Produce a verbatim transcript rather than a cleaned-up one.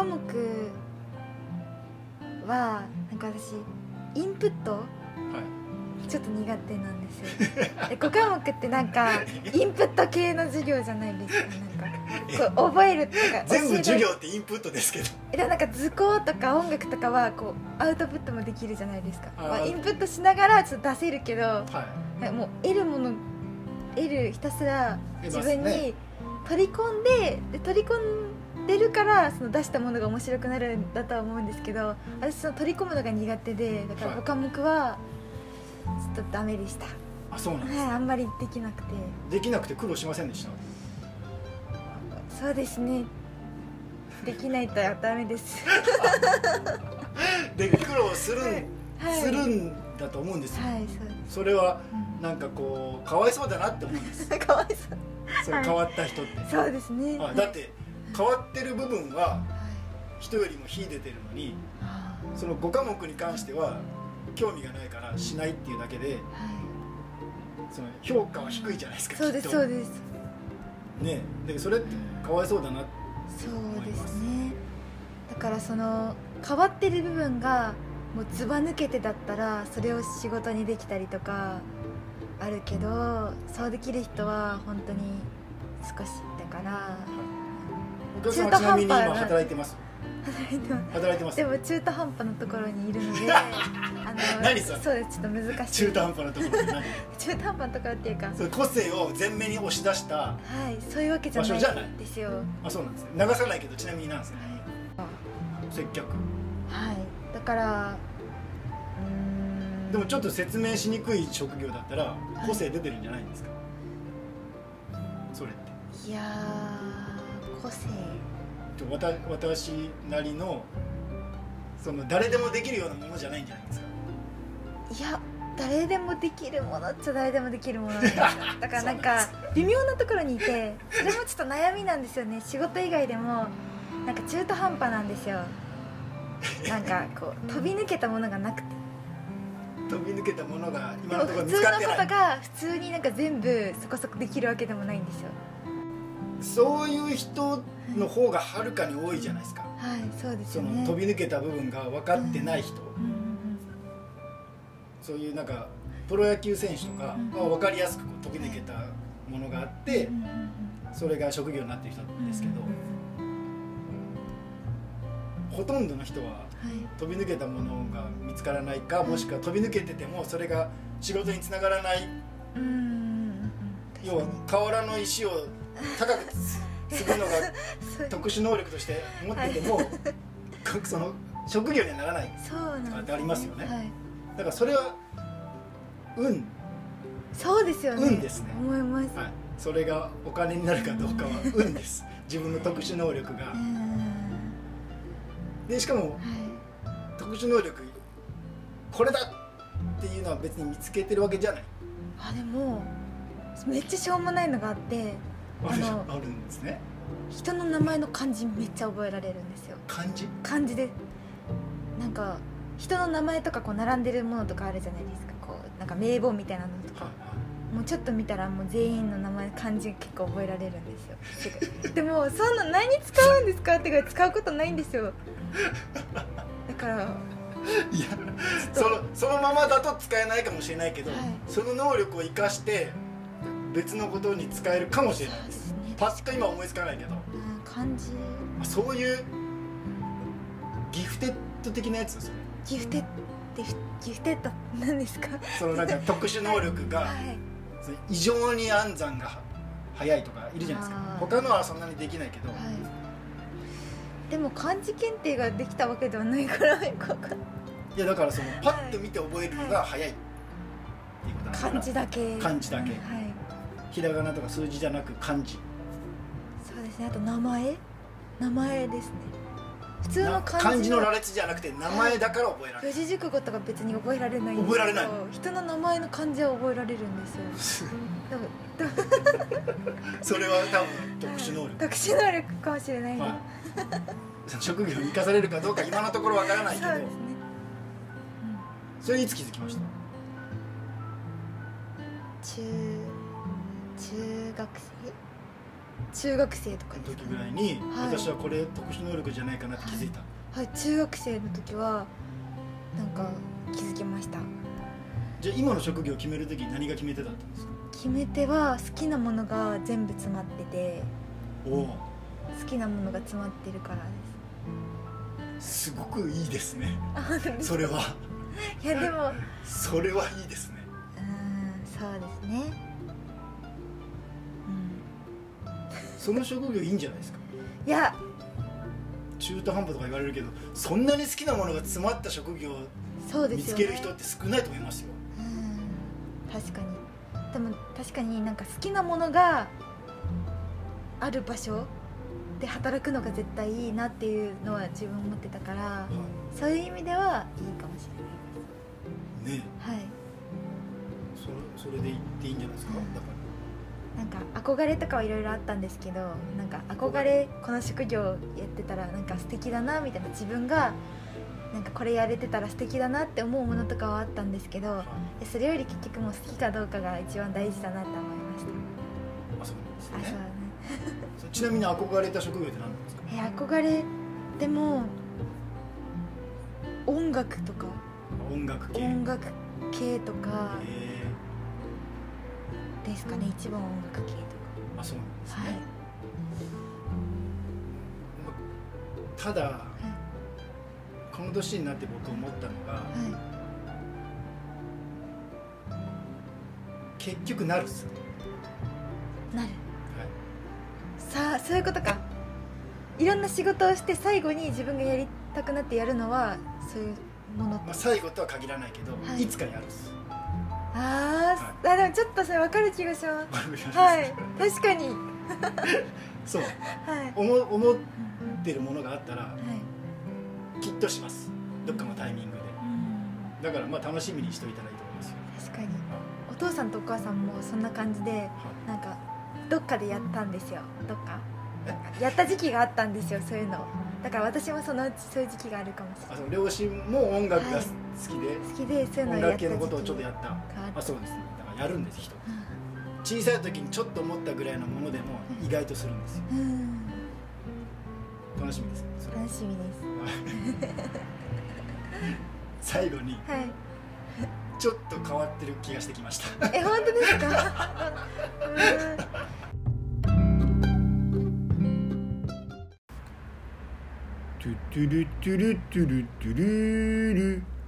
科目はなんか私インプットちょっと苦手なんですよでご科目ってなんかインプット系の授業じゃないですか。なんかこう覚えるとか全部授業ってインプットですけど、 でもなんか図工とか音楽とかはこうアウトプットもできるじゃないですか。 あ、 まあ、インプットしながらちょっと出せるけど、 はい、 もう得るもの得るひたすら自分ね、 に取り込んで、で取り込んでるからその出したものが面白くなるんだとは思うんですけど、私その取り込むのが苦手で、だからご科目はちょっとダメでした。 あ、そうなんです、ね、 はい、あんまりできなくてできなくて苦労しませんでした？ そうですね、できないとダメですで苦労するん、はい、するんだと思うんですよ、 はい、そうです。 それはなんかこうかわいそうだなって思うんですかわいそうそれ変わった人って、はい、 そうですね、 はい、だって変わってる部分は人よりも秀でてるのに、そのご科目に関しては興味がないからしないっていうだけで、はい、その評価は低いじゃないですか。 そうですそうですね。でそれってかわいそうだなってそうですね。だからその変わってる部分がもうずば抜けてだったらそれを仕事にできたりとかあるけど、そうできる人は本当に少しだから、はい、 お客様ちなみに今働いてます？ 働いてます。 働いてます。 でも中途半端なところにいるのであの何それ？ そうです、ちょっと難しい。 中途半端なところって何？ 中途半端なところっていうか、 それ個性を前面に押し出した、 はい、そういうわけじゃないですよ。 あ、そうなんですね。流さないけどちなみになんですね、 はい、 接客。 はい、だからうーん、 でもちょっと説明しにくい職業だったら個性出てるんじゃないんですか、はい、それって。 いやー、個性わた私なりのその誰でもできるようなものじゃないんじゃないですか。 いや、誰でもできるものっちゃ誰でもできるものなんですよ。だからなんか微妙なところにいて、それもちょっと悩みなんですよね。仕事以外でもなんか中途半端なんですよ。なんかこう飛び抜けたものがなくて、 飛び抜けたものが今のところ見つかってない。 普通のことが普通になんか全部そこそこできるわけでもないんですよ。 そういう人の方がはるかに多いじゃないですか。 はい、そうですよね。 その飛び抜けた部分が分かってない人、うんうんうん、そういうなんかプロ野球選手とかは分かりやすくこう飛び抜けたものがあって、うんうんうん、それが職業になってる人ですけど、うんうんうん、ほとんどの人は飛び抜けたものが見つからないか、はい、もしくは飛び抜けててもそれが仕事につながらない、うんうんうん、要は瓦の石を高くするのが特殊能力として持ってても、はい、その職業にはならないとかってありますよね、はい、だからそれは運。そうですよね。運ですね。思います、はい、それがお金になるかどうかは運です。自分の特殊能力がで、しかも、はい、特殊能力これだっていうのは別に見つけてるわけじゃない。あ、でもめっちゃしょうもないのがあって、あのあるんですね。人の名前の漢字めっちゃ覚えられるんですよ。漢字？漢字でなんか人の名前とかこう並んでるものとかあるじゃないですか。こうなんか名簿みたいなのとか、はい、もうちょっと見たらもう全員の名前漢字結構覚えられるんですよ。でもそんな何に使うんですかってか使うことないんですよ。だからいやそのそのままだと使えないかもしれないけど、はい、その能力を生かして別のことに使えるかもしれないです。パッと今思いつかないけど、うん、漢字、そういうギフテッド的なやつですよね。ギフテッド、ギフテッドなんですか？そのなんか特殊能力が、はい、異常に暗算が早いとかいるじゃないですか。他のはそんなにできないけど、はい、でも漢字検定ができたわけではないからよく分かんない。いやだからそのパッと見て覚えるのが早いっていうことだから、漢字だけ漢字だけ、はい、ひらがなとか数字じゃなく漢字。そうですね。あと名前名前ですね。普通の漢字の漢字の羅列じゃなくて名前だから覚えられる。四字熟語とか別に覚えられないんですけど、覚えられない。人の名前の漢字は覚えられるんですよ。それは多分特殊能力、特殊能力かもしれないです、はい、職業に生かされるかどうか今のところわからないけど、そうですね、うん、それいつ気づきました？中中学生中学生とかの時ぐらいに、はい、私はこれ特殊能力じゃないかなって気づいた。 はい、はい、中学生の時はなんか気づきました。 じゃあ今の職業を決める時に何が決め手だったんですか？ 決め手は好きなものが全部詰まってて、 お好きなものが詰まってるからです。すごくいいですね。それは。 いやでもそれはいいですね。 うん、そうですね。 うん。その職業いいんじゃないですか？ いや。 中途半端とか言われるけど、そんなに好きなものが詰まった職業を見つける人って少ないと思いますよ。 うん、確かに。でも確かになんか好きなものがある場所で働くのが絶対いいなっていうのは自分思ってたから、はい、そういう意味ではいいかもしれないですね。はい。 それ、それで言っていいんじゃないですか。うん、だからなんか憧れとかはいろいろあったんですけど、なんか憧れこの職業やってたらなんか素敵だなみたいな、自分がなんかこれやれてたら素敵だなって思うものとかはあったんですけど、それより結局もう好きかどうかが一番大事だなって思いました。 あ、そうなんですね。 あ、そうだね。 ちなみに憧れた職業って何なんですか？ え、憧れでも音楽とか音楽系音楽系とかですかね。一番音楽系とか。 あ、そうなんですね。はい、ただ、はい、この年になって僕思ったのが、はい、結局なるっすね。 なる、はい、さあそういうことか。いろんな仕事をして最後に自分がやりたくなってやるのはそういうもの、 まあ、最後とは限らないけど、はい、いつかやるっす。 あ、はい、あ、でもちょっとそれ分かる気がします。はい、確かにそう、はい、思, 思ってるものがあったら、はい、きっとします。どっかのタイミングで、うん、だからまあ楽しみにしておいたらいいと思いますよ。 確かに、はい、お父さんとお母さんもそんな感じで、はい、なんかどっかでやったんですよ。どっかやった時期があったんですよ、そういうの。だから私もそのうちそういう時期があるかもしれない。 あ、その両親も音楽が好きで、はい、 好きでそういうのを音楽系のことをちょっとやった。あ、そうですね。だからやるんです人、うん、小さい時にちょっと思ったぐらいのものでも意外とするんですよ、うん、楽しみですね。それ楽しみです最後に、はい、ちょっと変わってる気がしてきましたえ、本当ですか？ トゥトゥルトゥルトゥルトゥルル